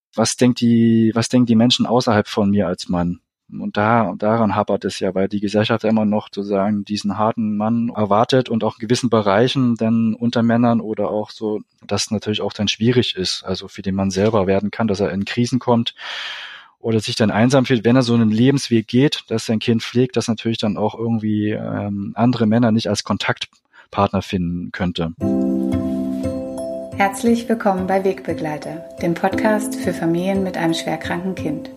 was denken die Menschen außerhalb von mir als Mann? Und daran hapert es ja, weil die Gesellschaft immer noch sozusagen diesen harten Mann erwartet und auch in gewissen Bereichen dann unter Männern oder auch so, das natürlich auch dann schwierig ist, also für den Mann selber werden kann, dass er in Krisen kommt oder sich dann einsam fühlt, wenn er so einen Lebensweg geht, dass sein Kind pflegt, dass natürlich dann auch irgendwie andere Männer nicht als Kontaktpartner finden könnte. Herzlich willkommen bei Wegbegleiter, dem Podcast für Familien mit einem schwerkranken Kind.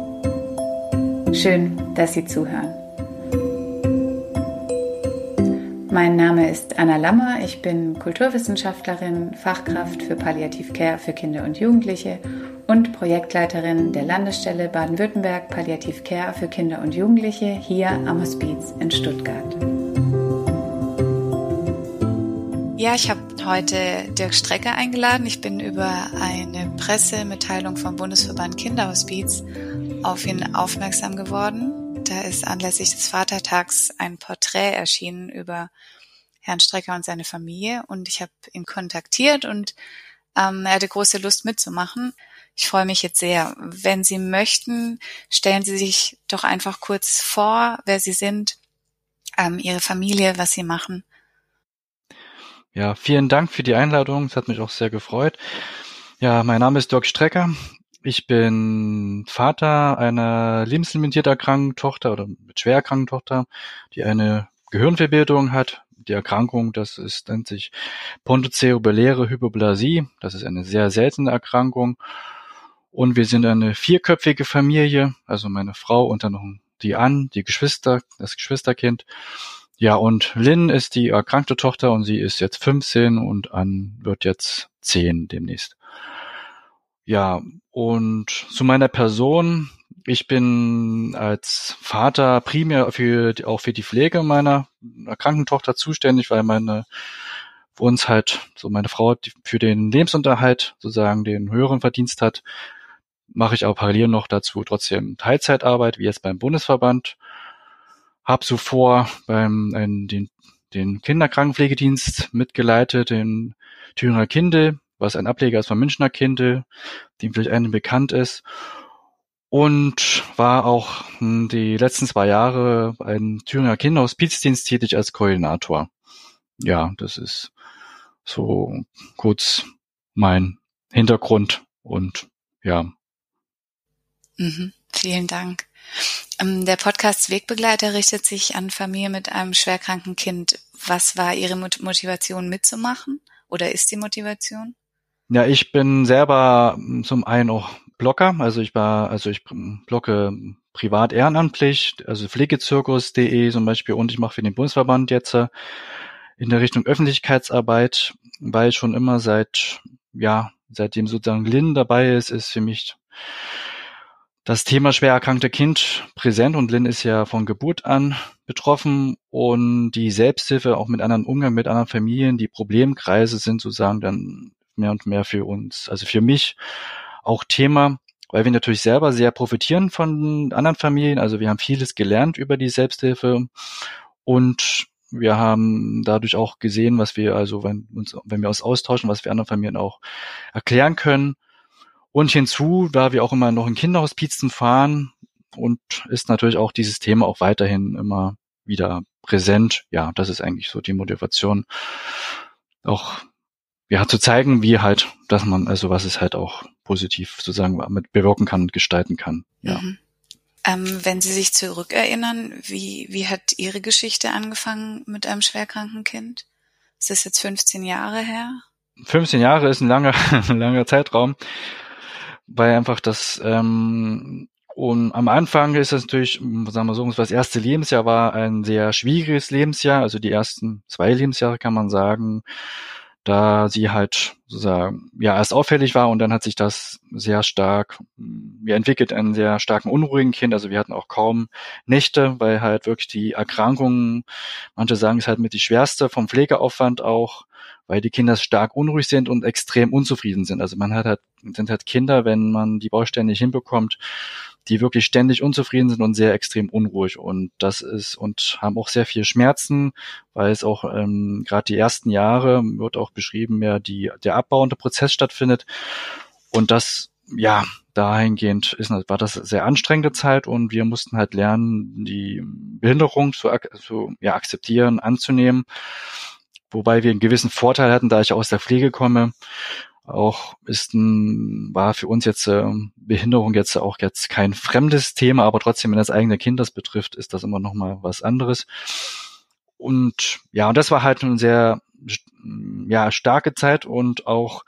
Schön, dass Sie zuhören. Mein Name ist Anna Lammer, ich bin Kulturwissenschaftlerin, Fachkraft für Palliative Care für Kinder und Jugendliche und Projektleiterin der Landesstelle Baden-Württemberg Palliative Care für Kinder und Jugendliche hier am Hospiz in Stuttgart. Ja, ich habe heute Dirk Strecker eingeladen. Ich bin über eine Pressemitteilung vom Bundesverband Kinderhospiz auf ihn aufmerksam geworden. Da ist anlässlich des Vatertags ein Porträt erschienen über Herrn Strecker und seine Familie und ich habe ihn kontaktiert und er hatte große Lust mitzumachen. Ich freue mich jetzt sehr. Wenn Sie möchten, stellen Sie sich doch einfach kurz vor, wer Sie sind, Ihre Familie, was Sie machen. Ja, vielen Dank für die Einladung. Es hat mich auch sehr gefreut. Ja, mein Name ist Dirk Strecker. Ich bin Vater einer lebenslimitiert erkrankten Tochter oder mit schwer erkrankten Tochter, die eine Gehirnverbeterung hat. Die Erkrankung, nennt sich pontocerebelläre Hypoplasie. Das ist eine sehr seltene Erkrankung. Und wir sind eine vierköpfige Familie, also meine Frau und dann noch die Ann, das Geschwisterkind. Ja, und Lynn ist die erkrankte Tochter und sie ist jetzt 15 und Ann wird jetzt 10 demnächst. Ja, und zu meiner Person. Ich bin als Vater primär auch für die Pflege meiner erkrankten Tochter zuständig, weil meine Frau für den Lebensunterhalt sozusagen den höheren Verdienst hat, mache ich auch parallel noch dazu trotzdem Teilzeitarbeit, wie jetzt beim Bundesverband. Hab zuvor den Kinderkrankenpflegedienst mitgeleitet, den Thüringer Kindl, was ein Ableger ist vom Münchner Kindl, dem vielleicht einem bekannt ist. Und war auch die letzten 2 Jahre beim Thüringer Kinderhospizdienst tätig als Koordinator. Ja, das ist so kurz mein Hintergrund und ja. Vielen Dank. Der Podcast Wegbegleiter richtet sich an Familien mit einem schwerkranken Kind. Was war Ihre Motivation mitzumachen oder ist die Motivation? Ja, ich bin selber zum einen auch Blogger, also ich blogge privat ehrenamtlich, also pflegezirkus.de zum Beispiel und ich mache für den Bundesverband jetzt in der Richtung Öffentlichkeitsarbeit, weil schon immer seitdem sozusagen Lynn dabei ist für mich das Thema schwer erkrankte Kind präsent und Lynn ist ja von Geburt an betroffen und die Selbsthilfe auch Umgang mit anderen Familien, die Problemkreise sind sozusagen dann mehr und mehr für uns, also für mich auch Thema, weil wir natürlich selber sehr profitieren von anderen Familien, also wir haben vieles gelernt über die Selbsthilfe und wir haben dadurch auch gesehen, was wir wenn wir uns austauschen, was wir anderen Familien auch erklären können. Und hinzu, da wir auch immer noch in Kinderhospizen fahren und ist natürlich auch dieses Thema auch weiterhin immer wieder präsent. Ja, das ist eigentlich so die Motivation, auch zu zeigen, was es halt auch positiv sozusagen mit bewirken kann und gestalten kann. Ja. Wenn Sie sich zurückerinnern, wie hat Ihre Geschichte angefangen mit einem schwerkranken Kind? Ist das jetzt 15 Jahre her? 15 Jahre ist ein langer Zeitraum. Weil einfach und am Anfang ist es natürlich, sagen wir so, das erste Lebensjahr war ein sehr schwieriges Lebensjahr, also die ersten 2 Lebensjahre kann man sagen, da sie halt sozusagen erst auffällig war und dann hat sich das sehr stark, wir entwickelt einen sehr starken unruhigen Kind, also wir hatten auch kaum Nächte, weil halt wirklich die Erkrankungen, manche sagen es halt mit die schwerste vom Pflegeaufwand auch, weil die Kinder stark unruhig sind und extrem unzufrieden sind. Also sind halt Kinder, wenn man die Baustellen nicht hinbekommt, die wirklich ständig unzufrieden sind und sehr extrem unruhig und haben auch sehr viel Schmerzen, weil es auch gerade die ersten Jahre wird auch beschrieben, der abbauende Prozess stattfindet und das dahingehend war das sehr anstrengende Zeit und wir mussten halt lernen, die Behinderung zu akzeptieren, anzunehmen, wobei wir einen gewissen Vorteil hatten, da ich aus der Pflege komme. Auch war für uns jetzt Behinderung jetzt auch jetzt kein fremdes Thema, aber trotzdem, wenn das eigene Kind das betrifft, ist das immer noch mal was anderes. Und ja, und das war halt eine sehr starke Zeit und auch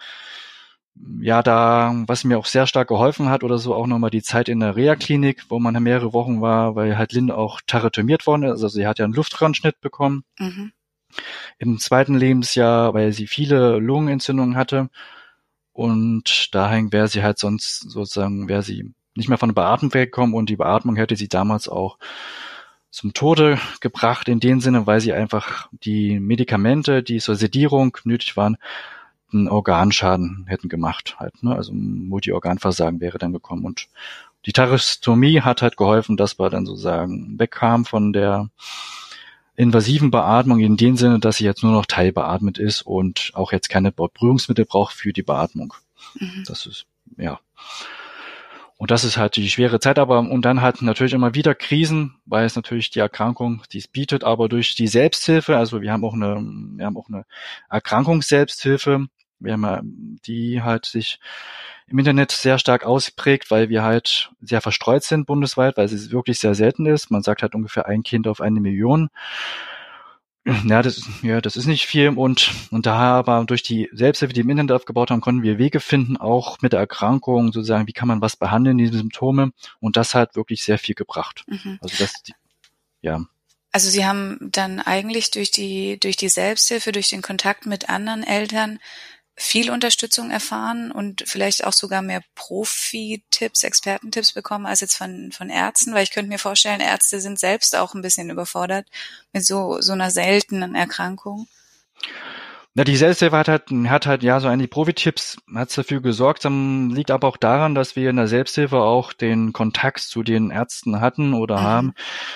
was mir auch sehr stark geholfen hat oder so, auch nochmal die Zeit in der Reha-Klinik, wo man mehrere Wochen war, weil halt Lynn auch thalassomiert worden ist. Also sie hat ja einen Luftröhrenschnitt bekommen. Mhm. Im 2. Lebensjahr, weil sie viele Lungenentzündungen hatte. Und dahin wäre sie halt sonst wäre sie nicht mehr von der Beatmung weggekommen und die Beatmung hätte sie damals auch zum Tode gebracht in dem Sinne, weil sie einfach die Medikamente, die zur Sedierung nötig waren, einen Organschaden hätten gemacht halt, ne? Also Multiorganversagen wäre dann gekommen und die Thalassomie hat halt geholfen, dass wir dann sozusagen wegkamen von der invasiven Beatmung in dem Sinne, dass sie jetzt nur noch teilbeatmet ist und auch jetzt keine Beruhigungsmittel braucht für die Beatmung. Mhm. Das ist, ja. Und das ist halt die schwere Zeit, und dann halt natürlich immer wieder Krisen, weil es natürlich die Erkrankung, die es bietet, aber durch die Selbsthilfe, also wir haben auch eine Erkrankungsselbsthilfe, die halt sich im Internet sehr stark ausprägt, weil wir halt sehr verstreut sind bundesweit, weil es wirklich sehr selten ist. Man sagt halt ungefähr ein Kind auf 1 Million. Ja, das ist nicht viel und da aber durch die Selbsthilfe, die im Internet aufgebaut haben, konnten wir Wege finden, auch mit der Erkrankung sozusagen, wie kann man was behandeln, diese Symptome, und das hat wirklich sehr viel gebracht. Mhm. Also Sie haben dann eigentlich durch die Selbsthilfe, durch den Kontakt mit anderen Eltern viel Unterstützung erfahren und vielleicht auch sogar mehr Profi-Tipps, Expertentipps bekommen als jetzt von Ärzten, weil ich könnte mir vorstellen, Ärzte sind selbst auch ein bisschen überfordert mit so einer seltenen Erkrankung. Ja, die Selbsthilfe hat halt so einige Profi-Tipps, hat dafür gesorgt, liegt aber auch daran, dass wir in der Selbsthilfe auch den Kontakt zu den Ärzten hatten oder haben,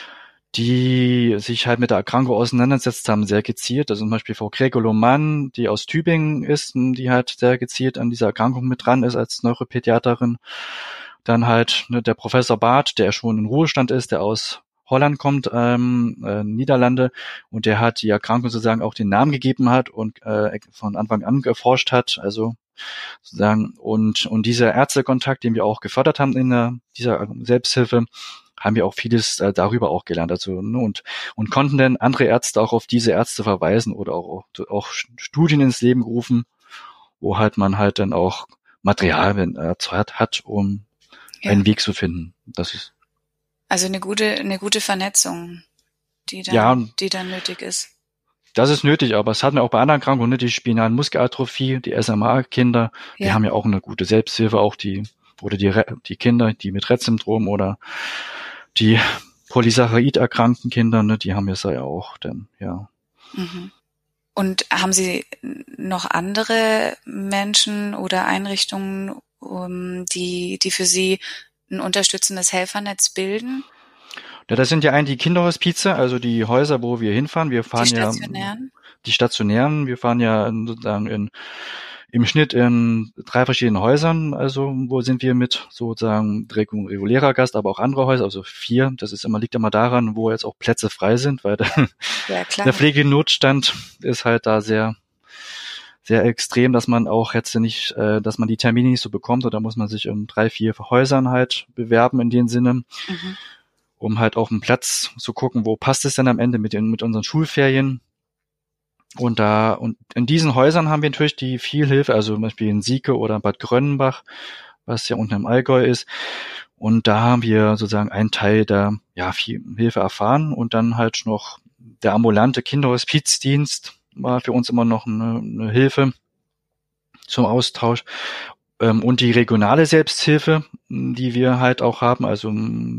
die sich halt mit der Erkrankung auseinandergesetzt haben, sehr gezielt. Also zum Beispiel Frau Gregoloman, die aus Tübingen ist, die halt sehr gezielt an dieser Erkrankung mit dran ist als Neuropädiaterin. Dann halt der Professor Barth, der schon in Ruhestand ist, der aus Holland kommt, Niederlande, und der hat die Erkrankung sozusagen auch den Namen gegeben hat und von Anfang an geforscht hat, also sozusagen, und dieser Ärztekontakt, den wir auch gefördert haben in dieser Selbsthilfe, haben wir auch vieles darüber auch gelernt, also und konnten dann andere Ärzte auch auf diese Ärzte verweisen oder auch Studien ins Leben gerufen, wo halt man halt dann auch Material hat, um einen Weg zu finden. Das ist also eine gute Vernetzung, die dann nötig ist. Das ist nötig, aber es hatten wir auch bei anderen Erkrankungen, die spinalen Muskelatrophie, die SMA-Kinder, die haben ja auch eine gute Selbsthilfe, auch die Kinder, die mit Rett-Syndrom oder die Polysaccharид erkrankten Kinder, die haben es ja auch dann, ja. Mhm. Und haben Sie noch andere Menschen oder Einrichtungen, die für Sie ein unterstützendes Helfernetz bilden? Ja, das sind ja eigentlich die Kinderhospize, also die Häuser, wo wir hinfahren. Wir fahren die stationären. Wir fahren ja sozusagen im Schnitt in 3 verschiedenen Häusern. Also wo sind wir mit sozusagen regulärer Gast, aber auch andere Häuser, also 4. Das liegt immer daran, wo jetzt auch Plätze frei sind, weil der Pflegenotstand ist halt da sehr sehr extrem, dass man auch jetzt nicht, dass man die Termine nicht so bekommt, oder muss man sich in 3, 4 Häusern halt bewerben in dem Sinne, um halt auf den Platz zu gucken, wo passt es denn am Ende mit unseren Schulferien. Und in diesen Häusern haben wir natürlich die viel Hilfe, also zum Beispiel in Sieke oder Bad Grönnenbach, was ja unten im Allgäu ist. Und da haben wir sozusagen einen Teil der viel Hilfe erfahren, und dann halt noch der ambulante Kinderhospizdienst war für uns immer noch eine Hilfe zum Austausch. Und die regionale Selbsthilfe, die wir halt auch haben, also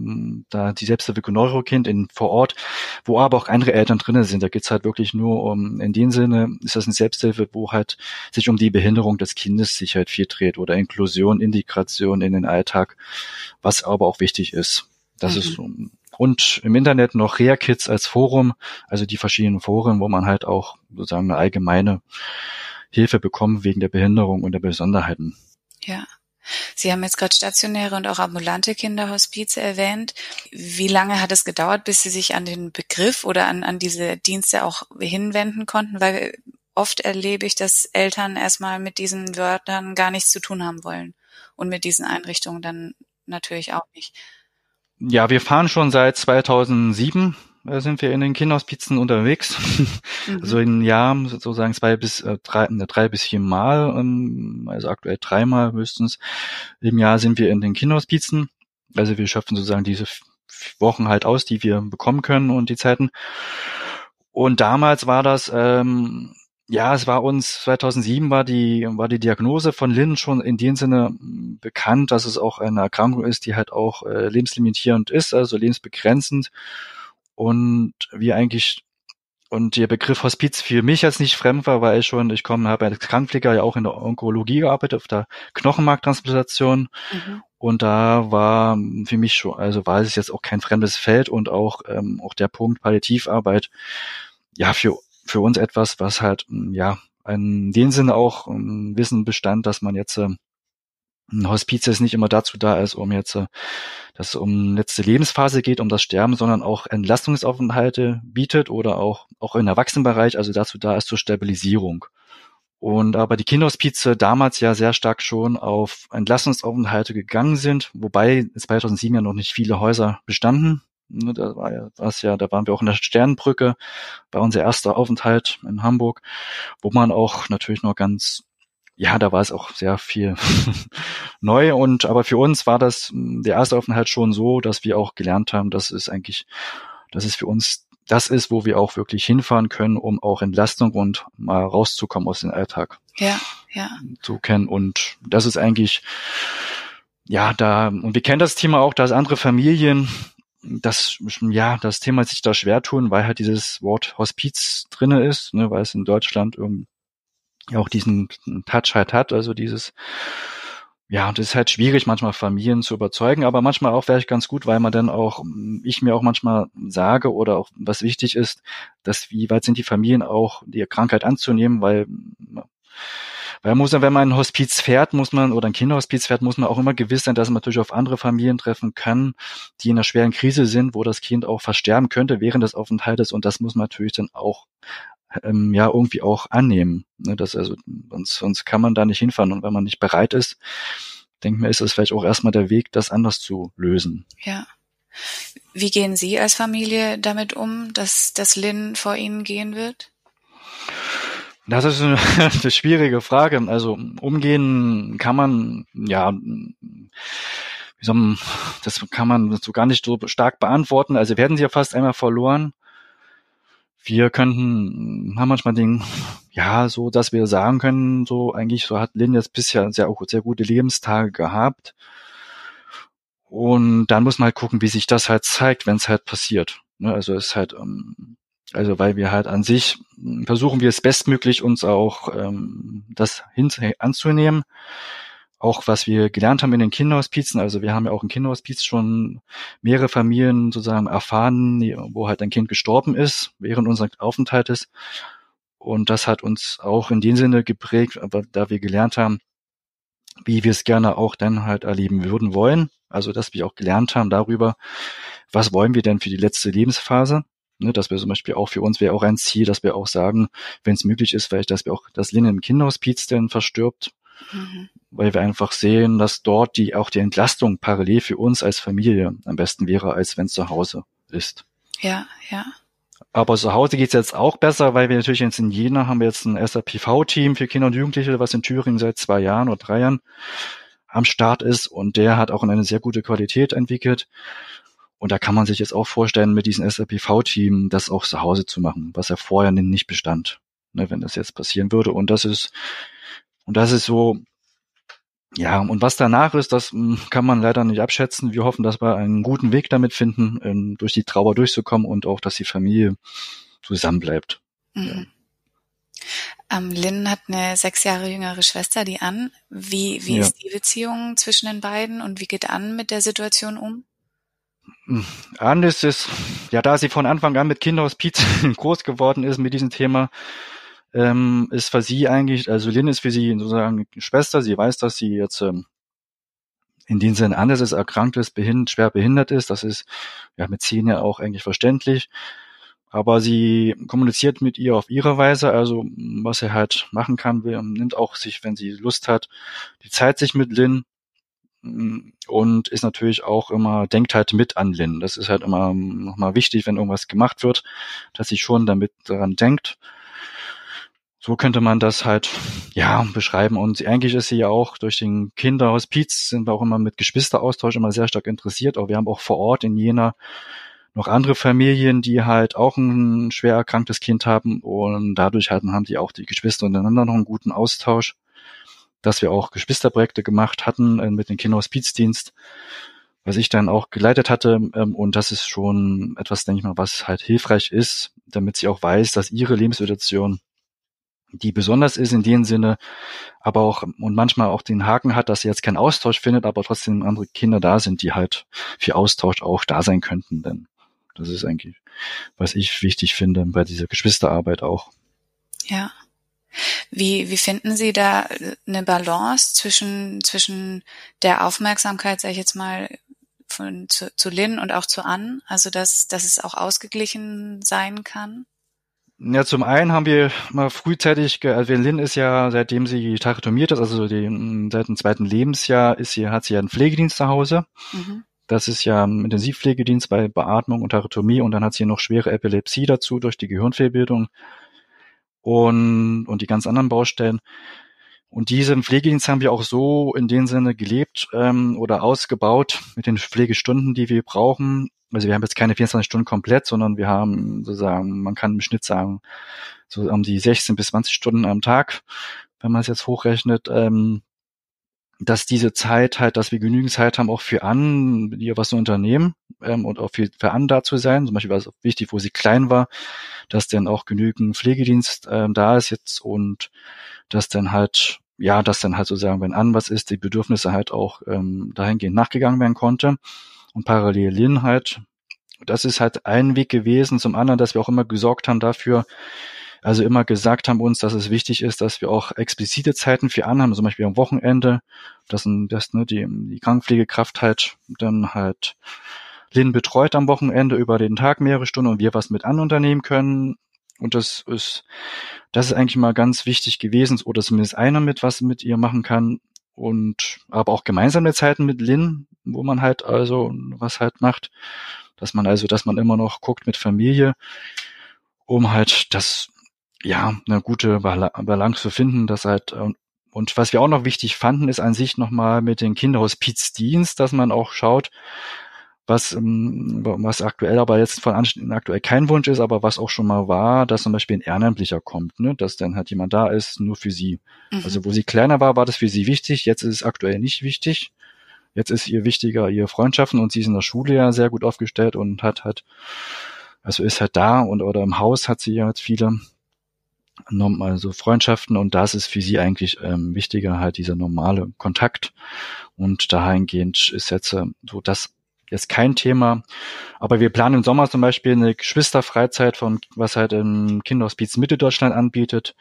da die Selbsthilfe Neurokind vor Ort, wo aber auch andere Eltern drinnen sind. Da geht's halt wirklich nur in dem Sinne ist das eine Selbsthilfe, wo halt sich um die Behinderung des Kindes sich halt viel dreht, oder Inklusion, Integration in den Alltag, was aber auch wichtig ist. Das ist so. Und im Internet noch Reha Kids als Forum, also die verschiedenen Foren, wo man halt auch sozusagen eine allgemeine Hilfe bekommt wegen der Behinderung und der Besonderheiten. Ja. Sie haben jetzt gerade stationäre und auch ambulante Kinderhospize erwähnt. Wie lange hat es gedauert, bis Sie sich an den Begriff oder an diese Dienste auch hinwenden konnten? Weil oft erlebe ich, dass Eltern erstmal mit diesen Wörtern gar nichts zu tun haben wollen und mit diesen Einrichtungen dann natürlich auch nicht. Ja, wir fahren schon seit 2007, sind wir in den Kinderhospizen unterwegs. Also Mhm. in Jahren sozusagen drei bis vier Mal, also aktuell dreimal höchstens im Jahr sind wir in den Kinderhospizen. Also wir schöpfen sozusagen diese Wochen halt aus, die wir bekommen können und die Zeiten. Und damals war das, ja, es war uns 2007 war die Diagnose von Lynn schon in dem Sinne bekannt, dass es auch eine Erkrankung ist, die halt auch lebenslimitierend ist, also lebensbegrenzend. Und wir eigentlich und der Begriff Hospiz für mich jetzt nicht fremd war, weil habe als Krankenpfleger ja auch in der Onkologie gearbeitet, auf der Knochenmarktransplantation. Mhm. Und da war für mich schon, also war es jetzt auch kein fremdes Feld und auch der Punkt Palliativarbeit, ja, für uns etwas, was halt, ja, in dem Sinne auch Wissen bestand, dass man jetzt ein Hospiz jetzt nicht immer dazu da ist, dass es um letzte Lebensphase geht, um das Sterben, sondern auch Entlastungsaufenthalte bietet oder auch im Erwachsenenbereich, also dazu da ist zur Stabilisierung. Und aber die Kinderhospize damals ja sehr stark schon auf Entlastungsaufenthalte gegangen sind, wobei 2007 ja noch nicht viele Häuser bestanden. Da waren wir auch in der Sternenbrücke, bei unser erster Aufenthalt in Hamburg, wo man auch natürlich noch da war es auch sehr viel neu aber für uns war der erste Aufenthalt schon so, dass wir auch gelernt haben, dass es für uns das ist, wo wir auch wirklich hinfahren können, um auch Entlastung und mal rauszukommen aus dem Alltag Ja, ja. zu kennen. Und das ist eigentlich, und wir kennen das Thema auch, dass andere Familien das Thema sich da schwer tun, weil halt dieses Wort Hospiz drinne ist, ne, weil es in Deutschland auch diesen Touch halt hat, also und es ist halt schwierig, manchmal Familien zu überzeugen, aber manchmal auch vielleicht ganz gut, weil ich mir auch manchmal sage oder auch was wichtig ist, wie weit sind die Familien auch, die Krankheit anzunehmen, wenn man ein Hospiz fährt, oder ein Kinderhospiz fährt, muss man auch immer gewiss sein, dass man natürlich auf andere Familien treffen kann, die in einer schweren Krise sind, wo das Kind auch versterben könnte während des Aufenthaltes und das muss man natürlich dann auch irgendwie auch annehmen. Ne, sonst kann man da nicht hinfahren. Und wenn man nicht bereit ist, denke mir, ist es vielleicht auch erstmal der Weg, das anders zu lösen. Ja. Wie gehen Sie als Familie damit um, dass das Lynn vor Ihnen gehen wird? Das ist eine schwierige Frage. Also umgehen kann man, das kann man so gar nicht so stark beantworten. Also werden sie ja fast einmal verloren. Haben manchmal so, dass wir sagen können, so eigentlich so hat Lynn jetzt bisher sehr gute Lebenstage gehabt. Und dann muss man halt gucken, wie sich das halt zeigt, wenn es halt passiert. Ne? Also es ist halt, weil wir halt an sich versuchen wir es bestmöglich uns auch das anzunehmen. Auch was wir gelernt haben in den Kinderhospizen, also wir haben ja auch im Kinderhospiz schon mehrere Familien sozusagen erfahren, wo halt ein Kind gestorben ist während unseres Aufenthaltes. Und das hat uns auch in dem Sinne geprägt, aber da wir gelernt haben, wie wir es gerne auch dann halt erleben würden wollen. Also dass wir auch gelernt haben darüber, was wollen wir denn für die letzte Lebensphase. Ne, dass wir zum Beispiel auch für uns wäre auch ein Ziel, dass wir auch sagen, wenn es möglich ist, vielleicht, dass wir auch das Lynn im Kinderhospiz denn verstirbt. Mhm. Weil wir einfach sehen, dass dort die Entlastung parallel für uns als Familie am besten wäre, als wenn es zu Hause ist. Ja, ja. Aber zu Hause geht's jetzt auch besser, weil wir natürlich jetzt in Jena haben wir jetzt ein SAPV-Team für Kinder und Jugendliche, was in Thüringen seit 2 Jahren oder 3 Jahren am Start ist und der hat auch eine sehr gute Qualität entwickelt. Und da kann man sich jetzt auch vorstellen, mit diesem SAPV-Team das auch zu Hause zu machen, was ja vorher nicht bestand, ne, wenn das jetzt passieren würde. Und das ist so, ja, und was danach ist, das kann man leider nicht abschätzen. Wir hoffen, dass wir einen guten Weg damit finden, durch die Trauer durchzukommen und auch, dass die Familie zusammenbleibt. Mhm. Ja. Lynn hat eine 6 Jahre jüngere Schwester, die Ann. Wie ist die Beziehung zwischen den beiden und wie geht Ann mit der Situation um? Ann ist da sie von Anfang an mit Kinderhospiz groß geworden ist mit diesem Thema, ist für sie eigentlich, also Lynn ist für sie sozusagen Schwester. Sie weiß, dass sie jetzt in dem Sinne anders ist, erkrankt ist, schwer behindert ist. Das ist ja mit 10 ja auch eigentlich verständlich. Aber sie kommuniziert mit ihr auf ihre Weise, also was er halt machen kann, nimmt auch sich, wenn sie Lust hat, die Zeit sich mit Lynn und ist natürlich auch immer, denkt halt mit an Lynn. Das ist halt immer nochmal wichtig, wenn irgendwas gemacht wird, dass sie schon damit daran denkt. So könnte man das halt, ja, beschreiben. Und eigentlich ist sie ja auch durch den Kinderhospiz, sind wir auch immer mit Geschwisteraustausch immer sehr stark interessiert. Aber wir haben auch vor Ort in Jena noch andere Familien, die halt auch ein schwer erkranktes Kind haben. Und dadurch haben die auch die Geschwister untereinander noch einen guten Austausch, dass wir auch Geschwisterprojekte gemacht hatten mit dem Kinderhospizdienst, was ich dann auch geleitet hatte. Und das ist schon etwas, denke ich mal, was halt hilfreich ist, damit sie auch weiß, dass ihre Lebenssituation, die besonders ist in dem Sinne, aber auch und manchmal auch den Haken hat, dass sie jetzt keinen Austausch findet, aber trotzdem andere Kinder da sind, die halt für Austausch auch da sein könnten. Denn das ist eigentlich, was ich wichtig finde bei dieser Geschwisterarbeit auch. Ja. Wie finden Sie da eine Balance zwischen der Aufmerksamkeit, sage ich jetzt mal, zu Lynn und auch zu Ann, also dass es auch ausgeglichen sein kann? Ja, zum einen haben wir mal frühzeitig, also Lynn ist ja, seitdem sie tracheotomiert ist, also seit dem 2. Lebensjahr hat sie ja einen Pflegedienst zu Hause. Mhm. Das ist ja ein Intensivpflegedienst bei Beatmung und Tracheotomie und dann hat sie noch schwere Epilepsie dazu durch die Gehirnfehlbildung und die ganz anderen Baustellen. Und diesen Pflegedienst haben wir auch so in dem Sinne gelebt oder ausgebaut mit den Pflegestunden, die wir brauchen. Also wir haben jetzt keine 24 Stunden komplett, sondern wir haben sozusagen, man kann im Schnitt sagen, so um die 16 bis 20 Stunden am Tag, wenn man es jetzt hochrechnet, dass diese Zeit halt, dass wir genügend Zeit haben, auch für Ann, ihr was zu unternehmen und auch für Ann da zu sein. Zum Beispiel war es auch wichtig, wo sie klein war, dass dann auch genügend Pflegedienst da ist jetzt und dass dann halt sozusagen, wenn Ann was ist, die Bedürfnisse halt auch dahingehend nachgegangen werden konnte. Und parallel Lynn halt, das ist halt ein Weg gewesen. Zum anderen, dass wir auch immer gesorgt haben dafür, also immer gesagt haben uns, dass es wichtig ist, dass wir auch explizite Zeiten für Ann haben, zum Beispiel am Wochenende, dass die Krankenpflegekraft halt dann halt Lynn betreut am Wochenende über den Tag mehrere Stunden und wir was mit Ann unternehmen können. Und das ist eigentlich mal ganz wichtig gewesen, oder zumindest einer mit was mit ihr machen kann. Und aber auch gemeinsame Zeiten mit Lynn, wo man halt also was halt macht, dass man immer noch guckt mit Familie, um halt eine gute Balance zu finden, dass halt und was wir auch noch wichtig fanden, ist an sich nochmal mit dem Kinderhospizdienst, dass man auch schaut, was aktuell aber jetzt aktuell kein Wunsch ist, aber was auch schon mal war, dass zum Beispiel ein Ehrenamtlicher kommt, ne, dass dann halt jemand da ist, nur für sie. Mhm. Also wo sie kleiner war das für sie wichtig, jetzt ist es aktuell nicht wichtig. Jetzt ist ihr wichtiger ihre Freundschaften und sie ist in der Schule ja sehr gut aufgestellt und ist halt da oder im Haus hat sie ja jetzt viele also Freundschaften und das ist für sie eigentlich wichtiger, halt dieser normale Kontakt und dahingehend ist jetzt so das jetzt kein Thema, aber wir planen im Sommer zum Beispiel eine Geschwisterfreizeit was halt im Kinderhospiz Mitteldeutschland anbietet,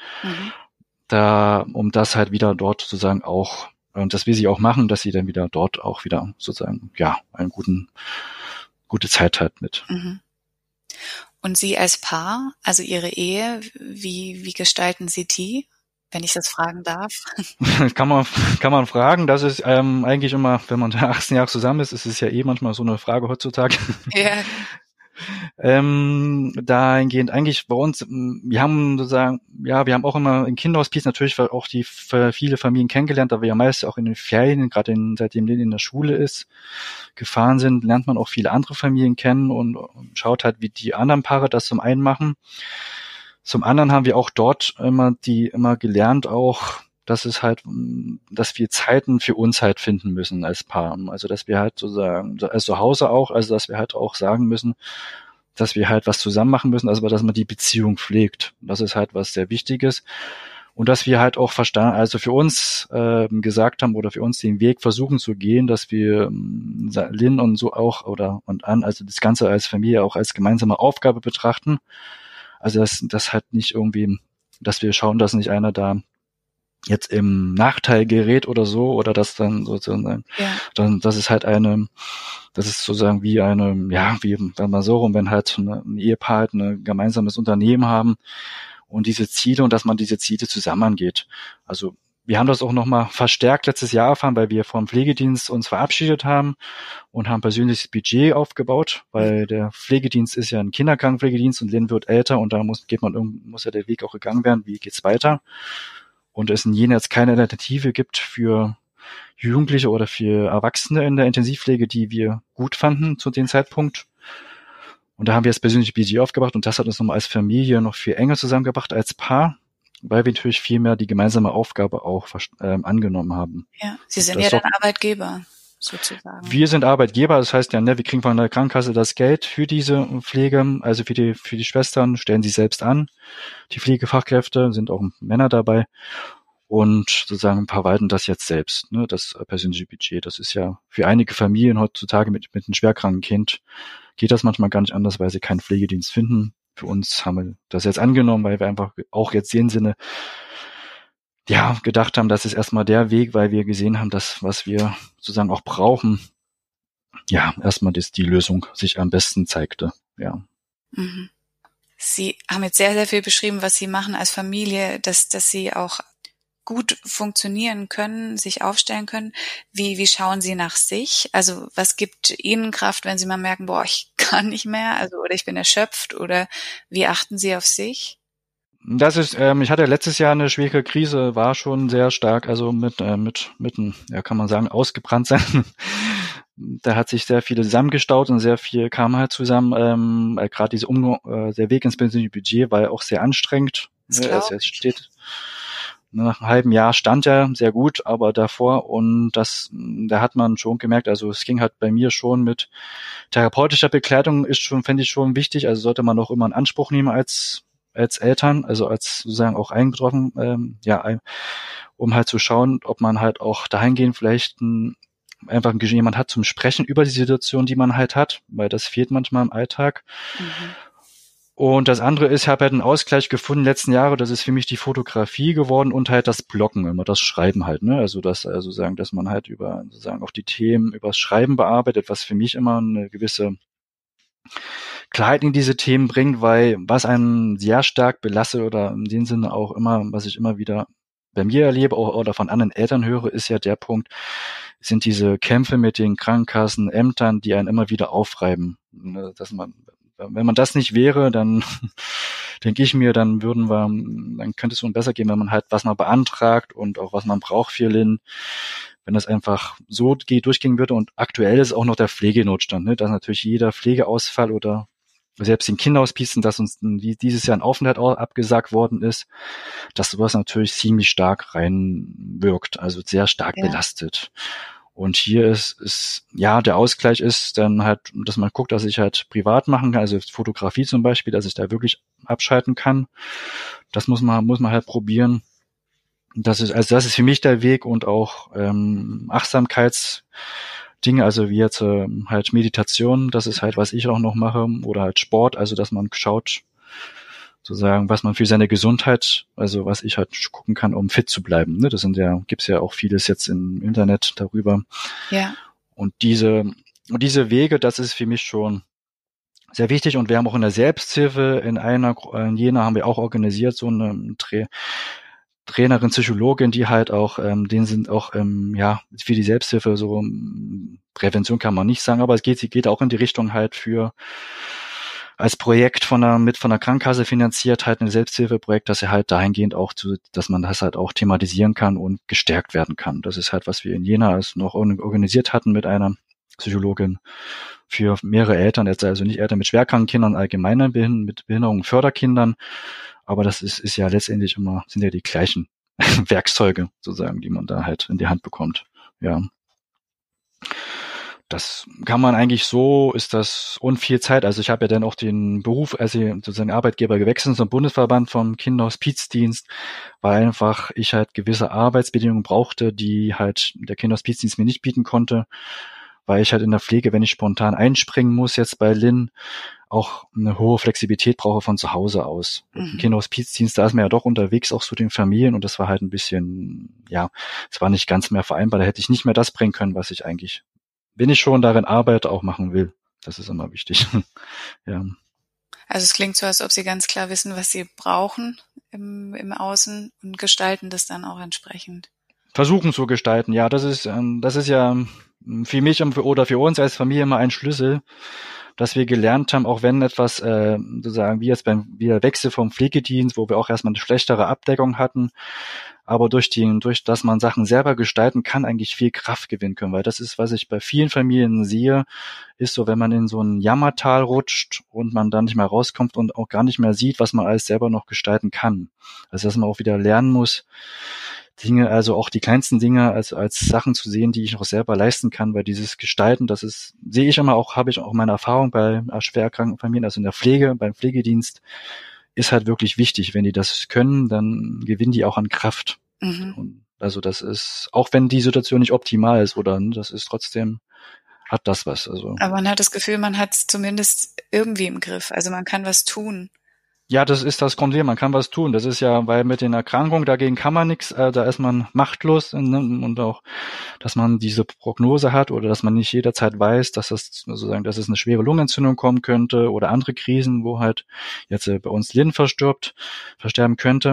um das halt wieder dort sozusagen auch, und das will sie auch machen, dass sie dann wieder dort auch wieder sozusagen, eine gute Zeit hat mit. Mhm. Und Sie als Paar, also Ihre Ehe, wie gestalten Sie die, wenn ich das fragen darf? Kann man fragen. Das ist eigentlich immer, wenn man 18 Jahre zusammen ist es ja manchmal so eine Frage heutzutage. Ja. Dahingehend eigentlich bei uns, wir haben auch immer im Kinderhospiz natürlich auch viele Familien kennengelernt, da wir ja meist auch in den Ferien, gerade seitdem Lynn in der Schule ist, gefahren sind, lernt man auch viele andere Familien kennen und schaut halt, wie die anderen Paare das zum einen machen. Zum anderen haben wir auch dort immer gelernt auch, dass wir Zeiten für uns halt finden müssen als Paar. Also, dass wir halt sozusagen, als zu Hause auch, also, dass wir halt auch sagen müssen, dass wir halt was zusammen machen müssen, also, dass man die Beziehung pflegt. Das ist halt was sehr Wichtiges. Und dass wir halt auch also für uns gesagt haben oder für uns den Weg versuchen zu gehen, dass wir Lynn und so auch und Ann, also das Ganze als Familie auch als gemeinsame Aufgabe betrachten. Also, das halt nicht irgendwie, dass wir schauen, dass nicht einer da jetzt im Nachteil gerät oder so, oder dass dann sozusagen, dann, das ist halt das ist sozusagen wie wenn man so rum, wenn halt ein Ehepaar halt ein gemeinsames Unternehmen haben und diese Ziele und dass man diese Ziele zusammen angeht. Also wir haben das auch nochmal verstärkt letztes Jahr erfahren, weil wir vom Pflegedienst uns verabschiedet haben und haben persönliches Budget aufgebaut, weil der Pflegedienst ist ja ein Kinderkrankenpflegedienst und Lynn wird älter und da muss ja der Weg auch gegangen werden, wie geht's weiter. Und es in Jena jetzt keine Alternative gibt für Jugendliche oder für Erwachsene in der Intensivpflege, die wir gut fanden zu dem Zeitpunkt. Und da haben wir das persönliche Budget aufgebracht und das hat uns nochmal als Familie noch viel enger zusammengebracht als Paar, weil wir natürlich viel mehr die gemeinsame Aufgabe auch angenommen haben. Ja, Sie sind ja dann Arbeitgeber, sozusagen. Wir sind Arbeitgeber, das heißt ja, wir kriegen von der Krankenkasse das Geld für diese Pflege, also für die Schwestern, stellen sie selbst an. Die Pflegefachkräfte sind auch Männer dabei und sozusagen verwalten das jetzt selbst, ne, das persönliche Budget. Das ist ja für einige Familien heutzutage mit einem schwerkranken Kind geht das manchmal gar nicht anders, weil sie keinen Pflegedienst finden. Für uns haben wir das jetzt angenommen, weil wir einfach auch jetzt in dem Sinne gedacht haben, das ist erstmal der Weg, weil wir gesehen haben, dass was wir sozusagen auch brauchen, erstmal die Lösung sich am besten zeigte. Ja. Mhm. Sie haben jetzt sehr, sehr viel beschrieben, was Sie machen als Familie, dass Sie auch gut funktionieren können, sich aufstellen können. Wie schauen Sie nach sich? Also was gibt Ihnen Kraft, wenn Sie mal merken, ich kann nicht mehr, oder ich bin erschöpft, oder wie achten Sie auf sich? Das ist, ich hatte letztes Jahr eine schwere Krise, war schon sehr stark, also mit kann man sagen, ausgebrannt sein. Da hat sich sehr viel zusammengestaut und sehr viel kam halt zusammen. Gerade der Weg ins persönliche Budget war ja auch sehr anstrengend. Es steht nach einem halben Jahr stand ja sehr gut, aber davor und da hat man schon gemerkt, also es ging halt bei mir schon mit therapeutischer Begleitung fände ich schon wichtig, also sollte man auch immer in Anspruch nehmen als Eltern, also als sozusagen auch eingetroffen, um halt zu schauen, ob man halt auch dahingehend vielleicht einfach jemand hat zum Sprechen über die Situation, die man halt hat, weil das fehlt manchmal im Alltag. Mhm. Und das andere ist, ich habe halt einen Ausgleich gefunden letzten Jahre, das ist für mich die Fotografie geworden und halt das Bloggen, immer das Schreiben halt, ne? Also dass man halt über sozusagen auch die Themen übers Schreiben bearbeitet, was für mich immer eine gewisse Klarheit in diese Themen bringt, weil was einen sehr stark belastet oder in dem Sinne auch immer, was ich immer wieder bei mir erlebe oder von anderen Eltern höre, ist ja der Punkt, sind diese Kämpfe mit den Krankenkassen, Ämtern, die einen immer wieder aufreiben. Wenn man das nicht wäre, dann denke ich mir, dann könnte es uns besser gehen, wenn man halt was man beantragt und auch was man braucht für Lynn, wenn das einfach so durchgehen würde. Und aktuell ist auch noch der Pflegenotstand, ne? Dass natürlich jeder Pflegeausfall oder selbst in Kinderhospizen, dass uns dieses Jahr ein Aufenthalt auch abgesagt worden ist, dass sowas natürlich ziemlich stark reinwirkt, also sehr stark belastet. Und hier ist der Ausgleich ist dann halt, dass man guckt, dass ich halt privat machen kann, also Fotografie zum Beispiel, dass ich da wirklich abschalten kann. Das muss man halt probieren. Das ist für mich der Weg und auch Achtsamkeitsdinge, also wie jetzt halt Meditation, das ist halt, was ich auch noch mache, oder halt Sport, also dass man schaut, sozusagen, was man für seine Gesundheit, also was ich halt gucken kann, um fit zu bleiben. Ne? Gibt's ja auch vieles jetzt im Internet darüber. Ja. Und diese Wege, das ist für mich schon sehr wichtig. Und wir haben auch in der Selbsthilfe in Jena haben wir auch organisiert, so eine Trainerin, Psychologin, die halt auch, denen sind auch, für die Selbsthilfe so, Prävention kann man nicht sagen, aber sie geht auch in die Richtung halt als Projekt von der Krankenkasse finanziert, halt ein Selbsthilfeprojekt, dass er halt dahingehend auch dass man das halt auch thematisieren kann und gestärkt werden kann. Das ist halt, was wir in Jena noch organisiert hatten mit einer Psychologin für mehrere Eltern, jetzt also nicht Eltern mit schwerkranken Kindern, allgemeiner mit Behinderungen, Förderkindern, aber das ist ja letztendlich sind ja die gleichen Werkzeuge sozusagen, die man da halt in die Hand bekommt. Ja. Das kann man eigentlich ist das und viel Zeit. Also ich habe ja dann auch den Beruf, also sozusagen Arbeitgeber gewechselt zum Bundesverband vom Kinderhospizdienst, weil einfach ich halt gewisse Arbeitsbedingungen brauchte, die halt der Kinderhospizdienst mir nicht bieten konnte, weil ich halt in der Pflege, wenn ich spontan einspringen muss jetzt bei Lynn, auch eine hohe Flexibilität brauche von zu Hause aus. Im Mhm. Kinderhospizdienst, da ist man ja doch unterwegs auch zu den Familien und das war halt ein bisschen, ja, es war nicht ganz mehr vereinbar. Da hätte ich nicht mehr das bringen können, was ich eigentlich, wenn ich schon darin arbeite, auch machen will. Das ist immer wichtig. Ja. Also es klingt so, als ob Sie ganz klar wissen, was Sie brauchen im Außen und gestalten das dann auch entsprechend. Versuchen zu gestalten, ja, das ist ja für mich oder für uns als Familie immer ein Schlüssel, dass wir gelernt haben, auch wenn etwas sozusagen wie jetzt wie der Wechsel vom Pflegedienst, wo wir auch erstmal eine schlechtere Abdeckung hatten, aber durch dass man Sachen selber gestalten kann, eigentlich viel Kraft gewinnen können, weil das ist, was ich bei vielen Familien sehe, ist so, wenn man in so ein Jammertal rutscht und man dann nicht mehr rauskommt und auch gar nicht mehr sieht, was man alles selber noch gestalten kann. Also dass man auch wieder lernen muss, Dinge, also auch die kleinsten Dinge als Sachen zu sehen, die ich noch selber leisten kann, weil dieses Gestalten, sehe ich immer auch, habe ich auch meine Erfahrung bei schwer erkrankten Familien, also in der Pflege, beim Pflegedienst, ist halt wirklich wichtig. Wenn die das können, dann gewinnen die auch an Kraft. Mhm. Und also das ist, auch wenn die Situation nicht optimal ist, oder, ne, das ist trotzdem, hat das was, also. Aber man hat das Gefühl, man hat es zumindest irgendwie im Griff. Also man kann was tun. Ja, das ist das Problem. Man kann was tun. Das ist ja, weil mit den Erkrankungen, dagegen kann man nichts, da ist man machtlos, ne? Und auch, dass man diese Prognose hat oder dass man nicht jederzeit weiß, dass dass es eine schwere Lungenentzündung kommen könnte oder andere Krisen, wo halt jetzt bei uns Lynn versterben könnte.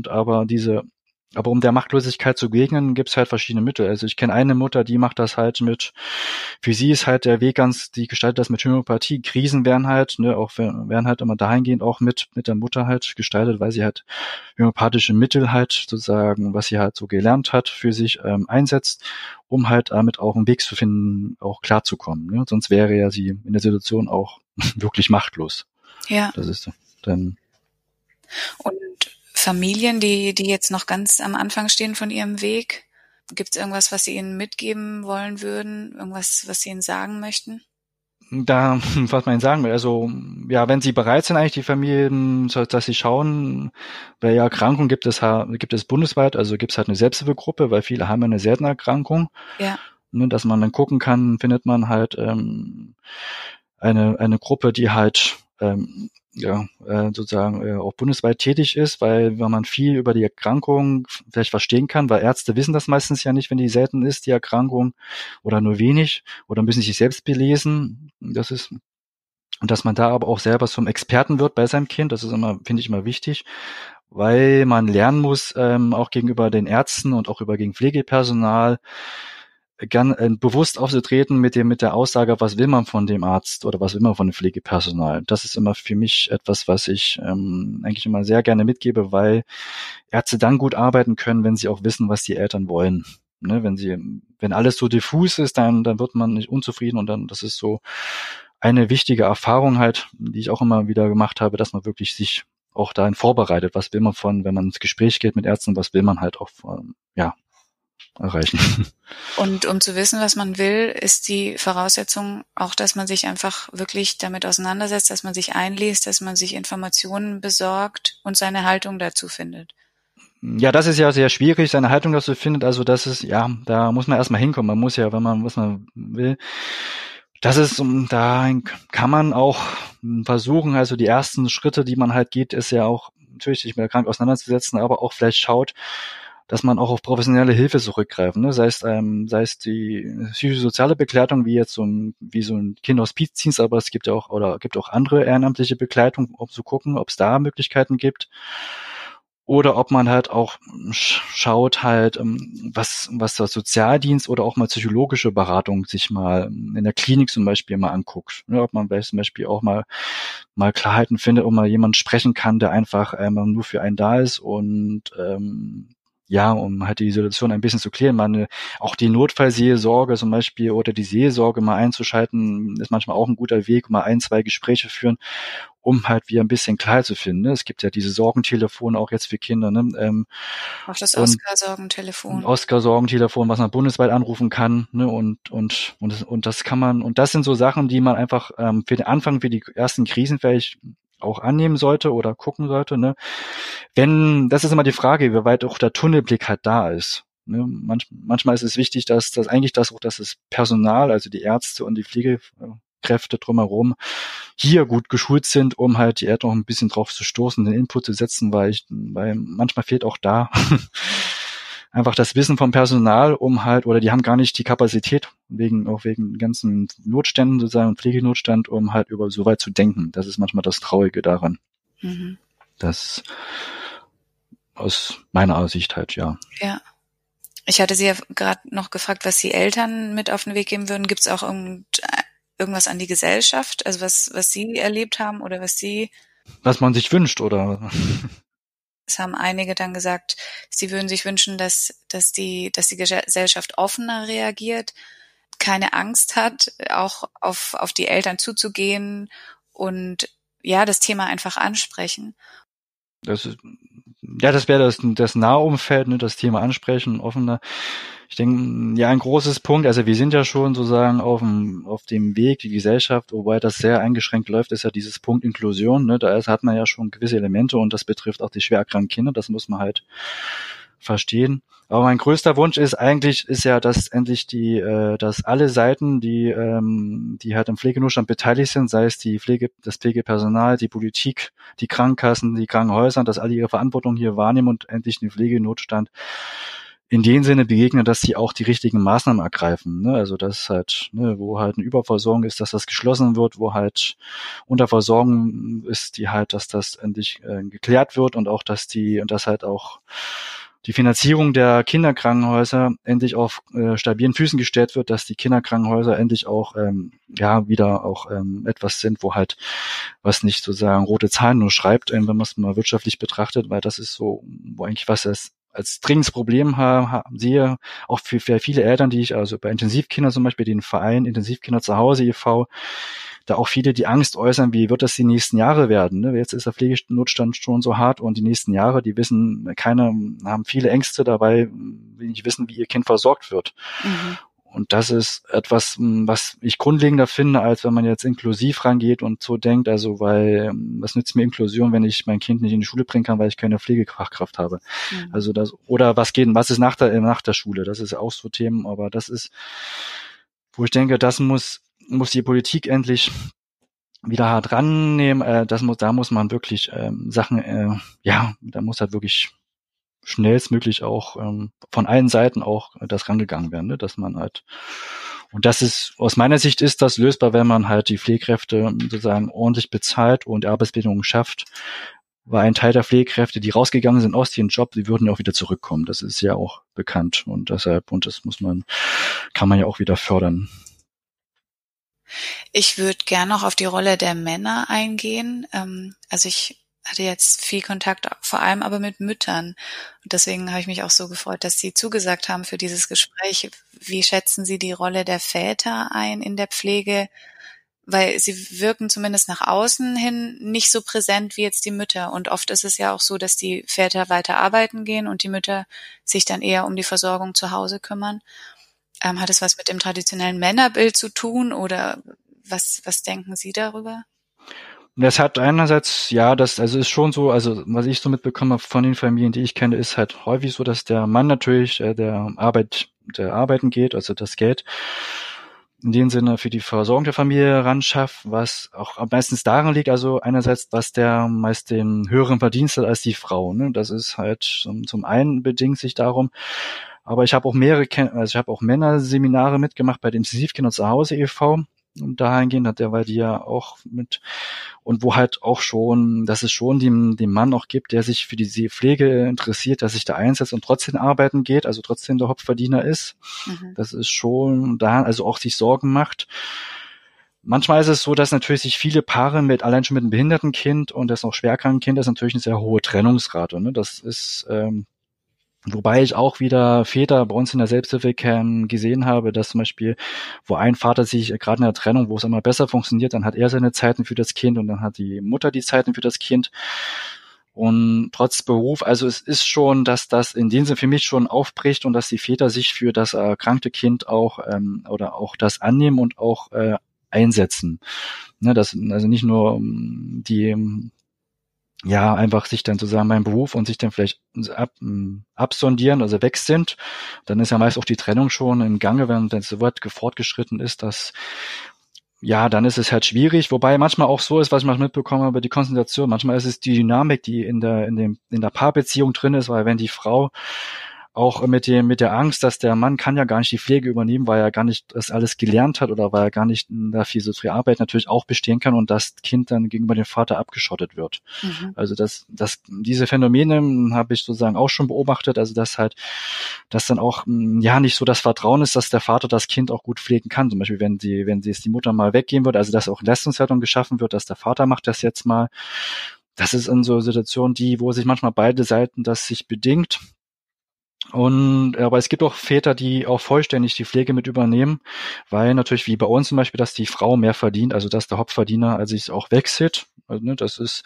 Aber um der Machtlosigkeit zu begegnen, gibt es halt verschiedene Mittel. Also ich kenne eine Mutter, die macht das halt für sie ist halt der Weg die gestaltet das mit Homöopathie. Krisen werden halt, ne, werden halt immer dahingehend auch mit der Mutter halt gestaltet, weil sie halt homöopathische Mittel halt sozusagen, was sie halt so gelernt hat, für sich einsetzt, um halt damit auch einen Weg zu finden, auch klarzukommen. Ne? Sonst wäre ja sie in der Situation auch wirklich machtlos. Ja. Das ist dann. Und Familien, die jetzt noch ganz am Anfang stehen von ihrem Weg, gibt es irgendwas, was Sie ihnen mitgeben wollen würden? Irgendwas, was Sie ihnen sagen möchten? Was man sagen will, also ja, wenn sie bereit sind, eigentlich die Familien, dass sie schauen, bei Erkrankungen gibt es bundesweit, also gibt es halt eine Selbsthilfegruppe, weil viele haben eine seltene Erkrankung, Ja. ne, dass man dann gucken kann, findet man halt eine Gruppe, die halt sozusagen auch bundesweit tätig ist, weil wenn man viel über die Erkrankung vielleicht verstehen kann, weil Ärzte wissen das meistens ja nicht, wenn die selten ist, die Erkrankung, oder nur wenig, oder müssen sich selbst belesen. Und dass man da aber auch selber zum Experten wird bei seinem Kind, das ist immer, finde ich immer wichtig, weil man lernen muss, auch gegenüber den Ärzten und auch gegen Pflegepersonal, bewusst aufzutreten mit der Aussage, was will man von dem Arzt oder was will man von dem Pflegepersonal. Das ist immer für mich etwas, was ich eigentlich immer sehr gerne mitgebe, weil Ärzte dann gut arbeiten können, wenn sie auch wissen, was die Eltern wollen. Ne, wenn alles so diffus ist, dann wird man nicht unzufrieden und dann, das ist so eine wichtige Erfahrung halt, die ich auch immer wieder gemacht habe, dass man wirklich sich auch dahin vorbereitet. Was will man wenn man ins Gespräch geht mit Ärzten, was will man halt auch, erreichen. Und um zu wissen, was man will, ist die Voraussetzung auch, dass man sich einfach wirklich damit auseinandersetzt, dass man sich einliest, dass man sich Informationen besorgt und seine Haltung dazu findet. Ja, das ist ja sehr schwierig, seine Haltung dazu findet. Also das ist, ja, da muss man erstmal hinkommen. Man muss ja, was man will, da kann man auch versuchen, also die ersten Schritte, die man halt geht, ist ja auch natürlich sich mit der Krankheit auseinanderzusetzen, aber auch vielleicht schaut, dass man auch auf professionelle Hilfe zurückgreift, ne? Sei es die psychosoziale Begleitung, wie so ein Kinderhospizdienst, aber es gibt auch andere ehrenamtliche Begleitung, um zu gucken, ob es da Möglichkeiten gibt. Oder ob man halt auch schaut halt, was der Sozialdienst oder auch mal psychologische Beratung sich mal in der Klinik zum Beispiel mal anguckt. Ne? Ob man zum Beispiel auch mal Klarheiten findet, ob man jemanden sprechen kann, der einfach nur für einen da ist und um halt die Situation ein bisschen zu klären. Auch die Notfallseelsorge zum Beispiel oder die Seelsorge mal einzuschalten, ist manchmal auch ein guter Weg, mal 1, 2 Gespräche führen, um halt wieder ein bisschen Klarheit zu finden. Ne? Es gibt ja diese Sorgentelefone auch jetzt für Kinder. Ne? Auch das Oscar-Sorgentelefon. Oscar-Sorgentelefon, was man bundesweit anrufen kann. Ne? Und das kann man, und das sind so Sachen, die man einfach für den Anfang, für die ersten Krisen vielleicht auch annehmen sollte oder gucken sollte, ne? Das ist immer die Frage, wie weit auch der Tunnelblick halt da ist. Ne? Manchmal ist es wichtig, dass das Personal, also die Ärzte und die Pflegekräfte drumherum hier gut geschult sind, um halt die Eltern auch ein bisschen drauf zu stoßen, den Input zu setzen, weil manchmal fehlt auch da einfach das Wissen vom Personal, um halt, oder die haben gar nicht die Kapazität, wegen ganzen Notständen sozusagen, Pflegenotstand, um halt über so weit zu denken. Das ist manchmal das Traurige daran. Mhm. Das aus meiner Aussicht halt, ja. Ja. Ich hatte Sie ja gerade noch gefragt, was Sie Eltern mit auf den Weg geben würden. Gibt es auch irgendwas an die Gesellschaft, also was Sie erlebt haben oder was man sich wünscht, oder? Es haben einige dann gesagt, sie würden sich wünschen, dass die Gesellschaft offener reagiert, keine Angst hat, auch auf die Eltern zuzugehen und ja, das Thema einfach ansprechen. Das wäre das Nahumfeld, ne, das Thema ansprechen, offener. Ich denke, ja, ein großes Punkt, also wir sind ja schon sozusagen auf dem Weg, die Gesellschaft, wobei das sehr eingeschränkt läuft, ist ja dieses Punkt Inklusion, ne, hat man ja schon gewisse Elemente und das betrifft auch die schwer erkrankten Kinder, das muss man halt verstehen. Aber mein größter Wunsch ist ja, dass endlich dass alle Seiten, die halt im Pflegenotstand beteiligt sind, sei es das Pflegepersonal, die Politik, die Krankenkassen, die Krankenhäuser, dass alle ihre Verantwortung hier wahrnehmen und endlich den Pflegenotstand in dem Sinne begegnen, dass sie auch die richtigen Maßnahmen ergreifen. Ne? Also dass halt, ne, wo halt eine Überversorgung ist, dass das geschlossen wird, wo halt Unterversorgung ist, dass das endlich geklärt wird und auch, dass halt auch die Finanzierung der Kinderkrankenhäuser endlich auf stabilen Füßen gestellt wird, dass die Kinderkrankenhäuser endlich auch wieder auch etwas sind, wo halt was nicht sozusagen rote Zahlen nur schreibt, wenn man es mal wirtschaftlich betrachtet, weil das ist so, wo eigentlich was das als dringendes Problem sehe, auch für viele Eltern, die ich also bei Intensivkindern zum Beispiel, den Verein Intensivkinder zu Hause e.V., da auch viele die Angst äußern, wie wird das die nächsten Jahre werden. Ne? Jetzt ist der Pflegenotstand schon so hart und die nächsten Jahre, haben viele Ängste dabei, die nicht wissen, wie ihr Kind versorgt wird. Mhm. Und das ist etwas, was ich grundlegender finde, als wenn man jetzt inklusiv rangeht und so denkt, also weil, was nützt mir Inklusion, wenn ich mein Kind nicht in die Schule bringen kann, weil ich keine Pflegefachkraft habe. Mhm. Also was ist nach der Schule? Das ist auch so Themen, aber das ist, wo ich denke, das muss die Politik endlich wieder hart rannehmen. Da muss man wirklich da muss halt wirklich schnellstmöglich auch von allen Seiten auch das rangegangen werden, ne? Dass man halt, und das ist, aus meiner Sicht ist das lösbar, wenn man halt die Pflegekräfte sozusagen ordentlich bezahlt und Arbeitsbedingungen schafft, weil ein Teil der Pflegekräfte, die rausgegangen sind aus ihrem Job, die würden ja auch wieder zurückkommen. Das ist ja auch bekannt und das kann man ja auch wieder fördern. Ich würde gerne noch auf die Rolle der Männer eingehen. Also ich hatte jetzt viel Kontakt, vor allem aber mit Müttern. Und deswegen habe ich mich auch so gefreut, dass Sie zugesagt haben für dieses Gespräch. Wie schätzen Sie die Rolle der Väter ein in der Pflege? Weil sie wirken zumindest nach außen hin nicht so präsent wie jetzt die Mütter. Und oft ist es ja auch so, dass die Väter weiter arbeiten gehen und die Mütter sich dann eher um die Versorgung zu Hause kümmern. Hat es was mit dem traditionellen Männerbild zu tun oder was denken Sie darüber? Das hat einerseits, ist schon so, also was ich so mitbekomme von den Familien, die ich kenne, ist halt häufig so, dass der Mann natürlich der arbeiten geht, also das Geld in dem Sinne für die Versorgung der Familie ranschafft, was auch meistens daran liegt, also einerseits, dass der meist den höheren Verdienst hat als die Frau, ne? Das ist halt zum einen bedingt sich darum, aber ich habe auch Männerseminare mitgemacht bei den Intensivkindern zu Hause e.V., und dahingehend weil die ja auch und wo halt auch schon, dass es schon den Mann auch gibt, der sich für die Pflege interessiert, der sich da einsetzt und trotzdem arbeiten geht, also trotzdem der Hauptverdiener ist. Mhm. Das ist schon da, also auch sich Sorgen macht. Manchmal ist es so, dass natürlich sich viele Paare allein schon mit einem behinderten Kind und das noch schwerkranken Kind, das ist natürlich eine sehr hohe Trennungsrate, ne? Das ist, wobei ich auch wieder Väter bei uns in der Selbsthilfe gesehen habe, dass zum Beispiel, wo ein Vater sich gerade in der Trennung, wo es immer besser funktioniert, dann hat er seine Zeiten für das Kind und dann hat die Mutter die Zeiten für das Kind. Und trotz Beruf, also es ist schon, dass das in dem Sinne für mich schon aufbricht und dass die Väter sich für das erkrankte Kind auch oder auch das annehmen und auch einsetzen. Ne, also nicht nur einfach sich dann sozusagen beim Beruf und sich dann vielleicht absondieren, also weg sind, dann ist ja meist auch die Trennung schon im Gange, wenn das so weit fortgeschritten ist, dass ja, dann ist es halt schwierig, wobei manchmal auch so ist, was ich mal mitbekommen habe, die Konzentration. Manchmal ist es die Dynamik, die in der Paarbeziehung drin ist, weil wenn die Frau auch mit der Angst, dass der Mann kann ja gar nicht die Pflege übernehmen, weil er gar nicht das alles gelernt hat oder weil er gar nicht da viel so viel Arbeit natürlich auch bestehen kann und das Kind dann gegenüber dem Vater abgeschottet wird. Mhm. Also diese Phänomene habe ich sozusagen auch schon beobachtet, also dass dann auch ja nicht so das Vertrauen ist, dass der Vater das Kind auch gut pflegen kann. Zum Beispiel, wenn sie jetzt die Mutter mal weggehen würde, also dass auch Leistungswertung geschaffen wird, dass der Vater macht das jetzt mal. Das ist in so Situationen, wo sich manchmal beide Seiten das sich bedingt. Aber es gibt auch Väter, die auch vollständig die Pflege mit übernehmen, weil natürlich wie bei uns zum Beispiel, dass die Frau mehr verdient, also dass der Hauptverdiener also sich auch wechselt. Also, ne, das ist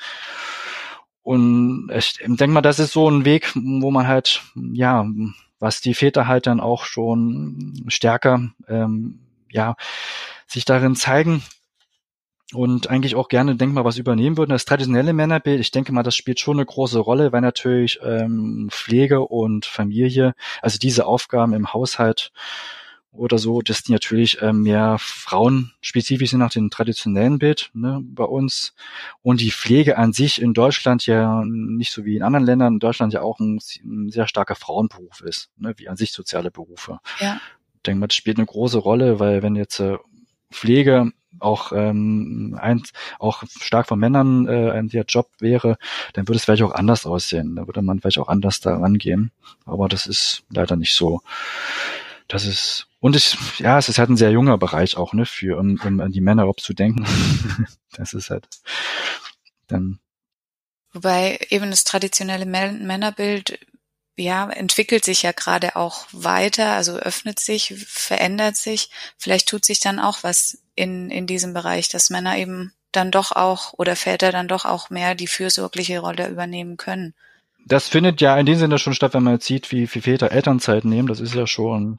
und ich denke mal, das ist so ein Weg, wo man halt ja, was die Väter halt dann auch schon stärker ja sich darin zeigen und eigentlich auch gerne, denke mal, was übernehmen würden. Das traditionelle Männerbild, ich denke mal, das spielt schon eine große Rolle, weil natürlich Pflege und Familie, also diese Aufgaben im Haushalt oder so, dass die natürlich mehr frauenspezifisch sind nach dem traditionellen Bild, ne, bei uns. Und die Pflege an sich in Deutschland ja nicht so wie in anderen Ländern, in Deutschland ja auch ein sehr starker Frauenberuf ist, ne, wie an sich soziale Berufe. Ja. Ich denke mal, das spielt eine große Rolle, weil wenn jetzt Pflege auch auch stark von Männern ein der Job wäre, dann würde es vielleicht auch anders aussehen. Da würde man vielleicht auch anders da rangehen. Aber das ist leider nicht so. Das ist es ist halt ein sehr junger Bereich auch, ne, für um an die Männer überhaupt zu denken. Das ist halt dann. Wobei eben das traditionelle Männerbild ja, entwickelt sich ja gerade auch weiter, also öffnet sich, verändert sich. Vielleicht tut sich dann auch was in diesem Bereich, dass Männer eben dann doch auch oder Väter dann doch auch mehr die fürsorgliche Rolle übernehmen können. Das findet ja in dem Sinne schon statt, wenn man jetzt sieht, wie Väter Elternzeit nehmen. Das ist ja schon,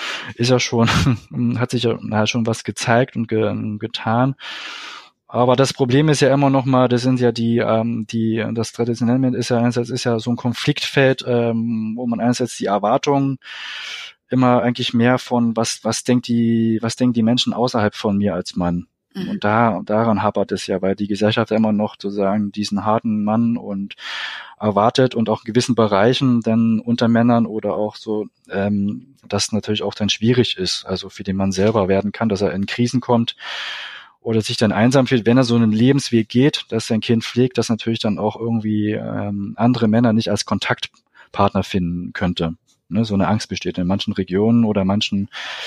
hat sich ja schon was gezeigt und getan. Aber das Problem ist ja immer noch mal, das sind ja das traditionelle ist ja einerseits ist ja so ein Konfliktfeld, wo man einerseits die Erwartungen immer eigentlich mehr von was denken die Menschen außerhalb von mir als Mann. Mhm. Und daran hapert es ja, weil die Gesellschaft immer noch sozusagen diesen harten Mann und erwartet und auch in gewissen Bereichen dann unter Männern oder auch so, das natürlich auch dann schwierig ist, also für den Mann selber werden kann, dass er in Krisen kommt oder sich dann einsam fühlt, wenn er so einen Lebensweg geht, dass sein Kind pflegt, dass natürlich dann auch irgendwie andere Männer nicht als Kontaktpartner finden könnte. Ne, so eine Angst besteht in manchen Regionen oder manchen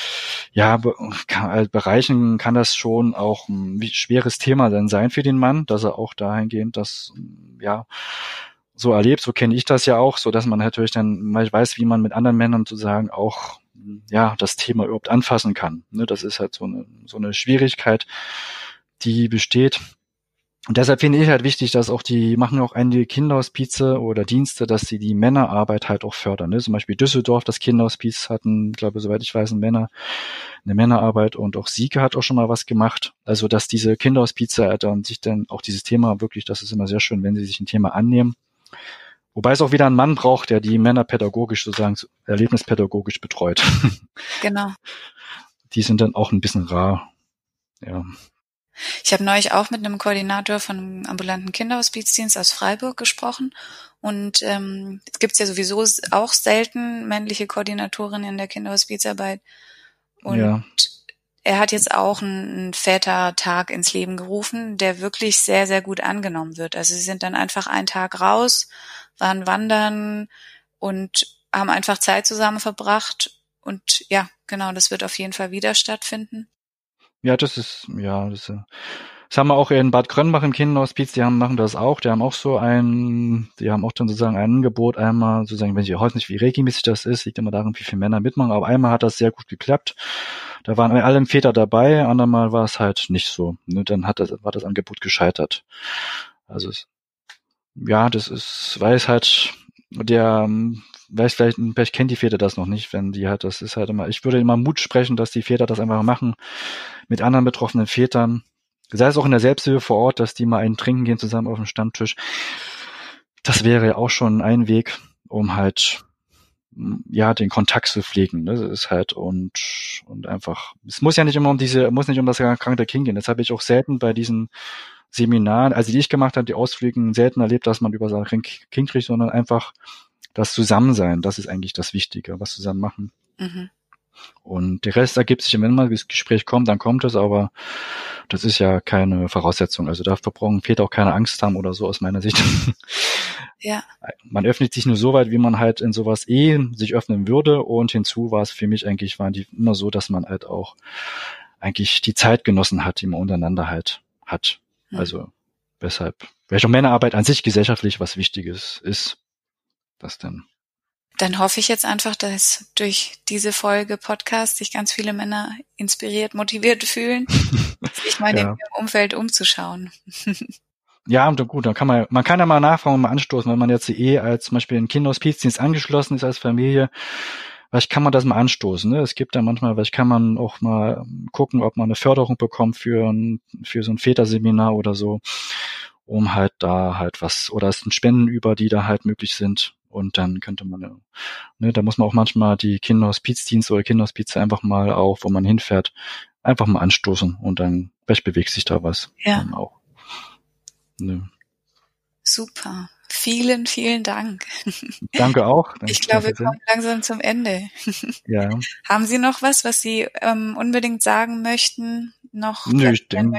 Bereichen kann das schon auch ein schweres Thema dann sein für den Mann, dass er auch dahingehend das so erlebt, so kenne ich das ja auch, so dass man natürlich dann mal weiß, wie man mit anderen Männern sozusagen auch das Thema überhaupt anfassen kann. Ne, das ist halt so eine Schwierigkeit, die besteht. Und deshalb finde ich halt wichtig, dass die machen auch einige Kinderhospize oder Dienste, dass sie die Männerarbeit halt auch fördern. Ne? Zum Beispiel Düsseldorf, das Kinderhospiz hatten, glaube soweit ich weiß, eine Männerarbeit und auch Sieke hat auch schon mal was gemacht. Also dass diese Kinderhospize dann sich dann auch dieses Thema wirklich, das ist immer sehr schön, wenn sie sich ein Thema annehmen. Wobei es auch wieder einen Mann braucht, der die Männer pädagogisch sozusagen erlebnispädagogisch betreut. Genau. Die sind dann auch ein bisschen rar. Ja. Ich habe neulich auch mit einem Koordinator von einem ambulanten Kinderhospizdienst aus Freiburg gesprochen und es gibt ja sowieso auch selten männliche Koordinatorinnen in der Kinderhospizarbeit und er hat jetzt auch einen Vätertag ins Leben gerufen, der wirklich sehr, sehr gut angenommen wird. Also sie sind dann einfach einen Tag raus, waren wandern und haben einfach Zeit zusammen verbracht und ja, genau, das wird auf jeden Fall wieder stattfinden. Ja, das haben wir auch in Bad Krönnbach im Kinderhospiz, die machen das auch, die haben auch dann sozusagen ein Angebot, einmal sozusagen, wenn ich heute nicht, wie regelmäßig das ist, liegt immer daran, wie viele Männer mitmachen, aber einmal hat das sehr gut geklappt, da waren alle Väter dabei, andermal war es halt nicht so, ne, dann war das Angebot gescheitert. Also vielleicht kennt die Väter das noch nicht, wenn die halt, das ist halt immer, ich würde immer Mut sprechen, dass die Väter das einfach machen mit anderen betroffenen Vätern. Sei es auch in der Selbsthilfe vor Ort, dass die mal einen trinken gehen zusammen auf dem Stammtisch. Das wäre ja auch schon ein Weg, um halt ja, den Kontakt zu pflegen. Ne? Das ist halt und einfach, es muss ja nicht immer muss nicht um das kranke Kind gehen. Das habe ich auch selten bei diesen Seminaren, also die ich gemacht habe, die Ausflügen, selten erlebt, dass man über sein Kind kriegt, sondern einfach das Zusammensein, das ist eigentlich das Wichtige, was zusammen machen. Mhm. Und der Rest ergibt sich, wenn mal das Gespräch kommt, dann kommt es, aber das ist ja keine Voraussetzung. Also dafür brauchen Väter auch keine Angst haben oder so aus meiner Sicht. Ja. Man öffnet sich nur so weit, wie man halt in sowas sich öffnen würde. Und hinzu war es für mich eigentlich, waren die immer so, dass man halt auch eigentlich die Zeit genossen hat, die man untereinander halt hat. Also weshalb, welche Männerarbeit an sich gesellschaftlich was Wichtiges ist, das denn. Dann hoffe ich jetzt einfach, dass durch diese Folge Podcast sich ganz viele Männer inspiriert, motiviert fühlen, sich mal in ihrem Umfeld umzuschauen. Ja, und gut, dann man kann ja mal nachfragen und mal anstoßen, wenn man jetzt als zum Beispiel in Kinderhospizdienst angeschlossen ist als Familie, vielleicht kann man das mal anstoßen, ne? Es gibt da manchmal, vielleicht kann man auch mal gucken, ob man eine Förderung bekommt für so ein Väterseminar oder so, um halt da halt was, oder es sind Spenden über, die da halt möglich sind. Und dann könnte man, ne, da muss man auch manchmal die Kinderhospizdienste oder Kinderhospize einfach mal auch, wo man hinfährt, einfach mal anstoßen und dann vielleicht bewegt sich da was. Ja. Dann auch. Ne. Super. Vielen, vielen Dank. Danke auch. Ich glaube, wir kommen langsam zum Ende. Ja. Haben Sie noch was Sie unbedingt sagen möchten? Nö, ich denke.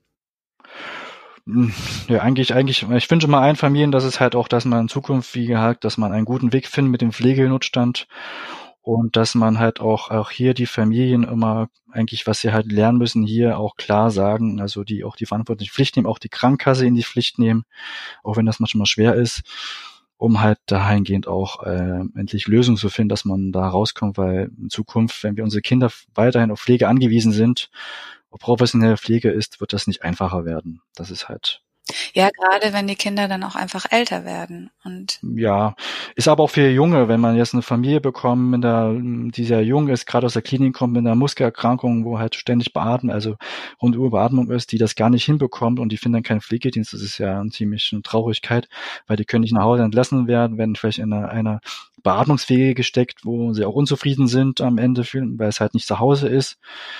Ja, eigentlich, ich wünsche mal allen Familien, dass es halt auch, dass man in Zukunft, wie gesagt, dass man einen guten Weg findet mit dem Pflegenotstand und dass man halt auch hier die Familien immer eigentlich, was sie halt lernen müssen, hier auch klar sagen, also die auch die verantwortliche Pflicht nehmen, auch die Krankenkasse in die Pflicht nehmen, auch wenn das manchmal schwer ist, um halt dahingehend auch endlich Lösungen zu finden, dass man da rauskommt, weil in Zukunft, wenn wir unsere Kinder weiterhin auf Pflege angewiesen sind, ob professionelle Pflege ist, wird das nicht einfacher werden. Das ist halt. Ja, gerade wenn die Kinder dann auch einfach älter werden. Und ja, ist aber auch für Junge, wenn man jetzt eine Familie bekommt, die sehr jung ist, gerade aus der Klinik kommt mit einer Muskelerkrankung, wo halt ständig Runduhr Beatmung ist, die das gar nicht hinbekommt und die finden dann keinen Pflegedienst. Das ist ja eine ziemliche Traurigkeit, weil die können nicht nach Hause entlassen werden vielleicht in einer Beatmungswege gesteckt, wo sie auch unzufrieden sind am Ende fühlen, weil es halt nicht zu Hause ist.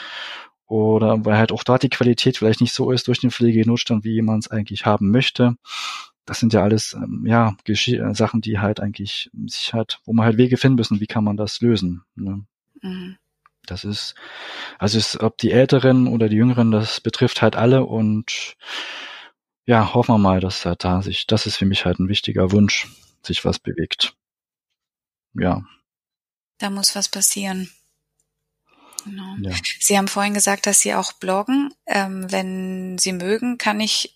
Oder weil halt auch dort die Qualität vielleicht nicht so ist durch den Pflegenotstand, wie man es eigentlich haben möchte. Das sind ja alles Sachen, die halt eigentlich wo man halt Wege finden müssen, wie kann man das lösen. Ne? Mhm. Das ist, ob die Älteren oder die Jüngeren, das betrifft halt alle und ja, hoffen wir mal, dass halt das ist für mich halt ein wichtiger Wunsch, sich was bewegt. Ja. Da muss was passieren. Genau. Ja. Sie haben vorhin gesagt, dass Sie auch bloggen. Wenn Sie mögen, kann ich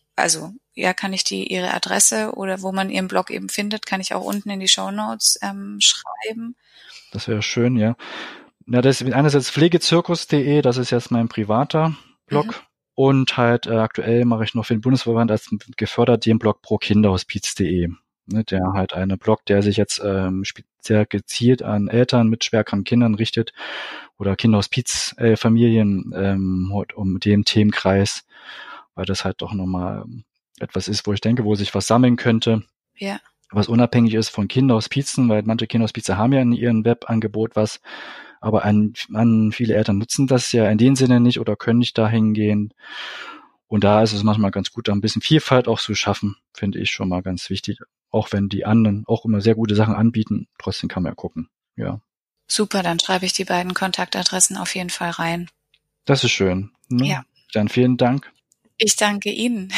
Ihre Adresse oder wo man Ihren Blog eben findet, kann ich auch unten in die Shownotes schreiben. Das wäre schön, ja. Ja, das ist einerseits pflegezirkus.de, das ist jetzt mein privater Blog. Und halt aktuell mache ich noch für den Bundesverband als gefördert den Blog prokinderhospiz.de. Der halt eine Blog, der sich jetzt sehr gezielt an Eltern mit schwerkranken Kindern richtet oder Kinderhospizfamilien um den Themenkreis, weil das halt doch nochmal etwas ist, wo ich denke, wo sich was sammeln könnte. Ja. Was unabhängig ist von Kinderhospizen, weil manche Kinderhospize haben ja in ihrem Webangebot was, aber viele Eltern nutzen das ja in dem Sinne nicht oder können nicht dahin gehen. Und da ist es manchmal ganz gut, da ein bisschen Vielfalt auch zu schaffen, finde ich schon mal ganz wichtig. Auch wenn die anderen auch immer sehr gute Sachen anbieten, trotzdem kann man ja gucken. Ja. Super, dann schreibe ich die beiden Kontaktadressen auf jeden Fall rein. Das ist schön. Ne? Ja. Dann vielen Dank. Ich danke Ihnen.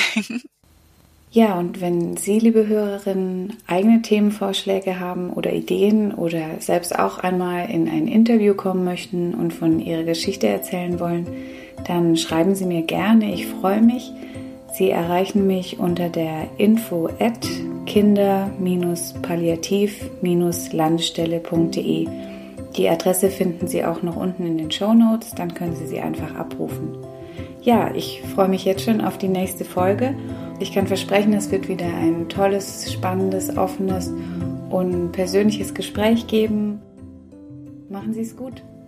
Ja, und wenn Sie, liebe Hörerinnen, eigene Themenvorschläge haben oder Ideen oder selbst auch einmal in ein Interview kommen möchten und von Ihrer Geschichte erzählen wollen, dann schreiben Sie mir gerne. Ich freue mich. Sie erreichen mich unter der info@kinder-palliativ-landestelle.de. Die Adresse finden Sie auch noch unten in den Shownotes, dann können Sie sie einfach abrufen. Ja, ich freue mich jetzt schon auf die nächste Folge. Ich kann versprechen, es wird wieder ein tolles, spannendes, offenes und persönliches Gespräch geben. Machen Sie es gut.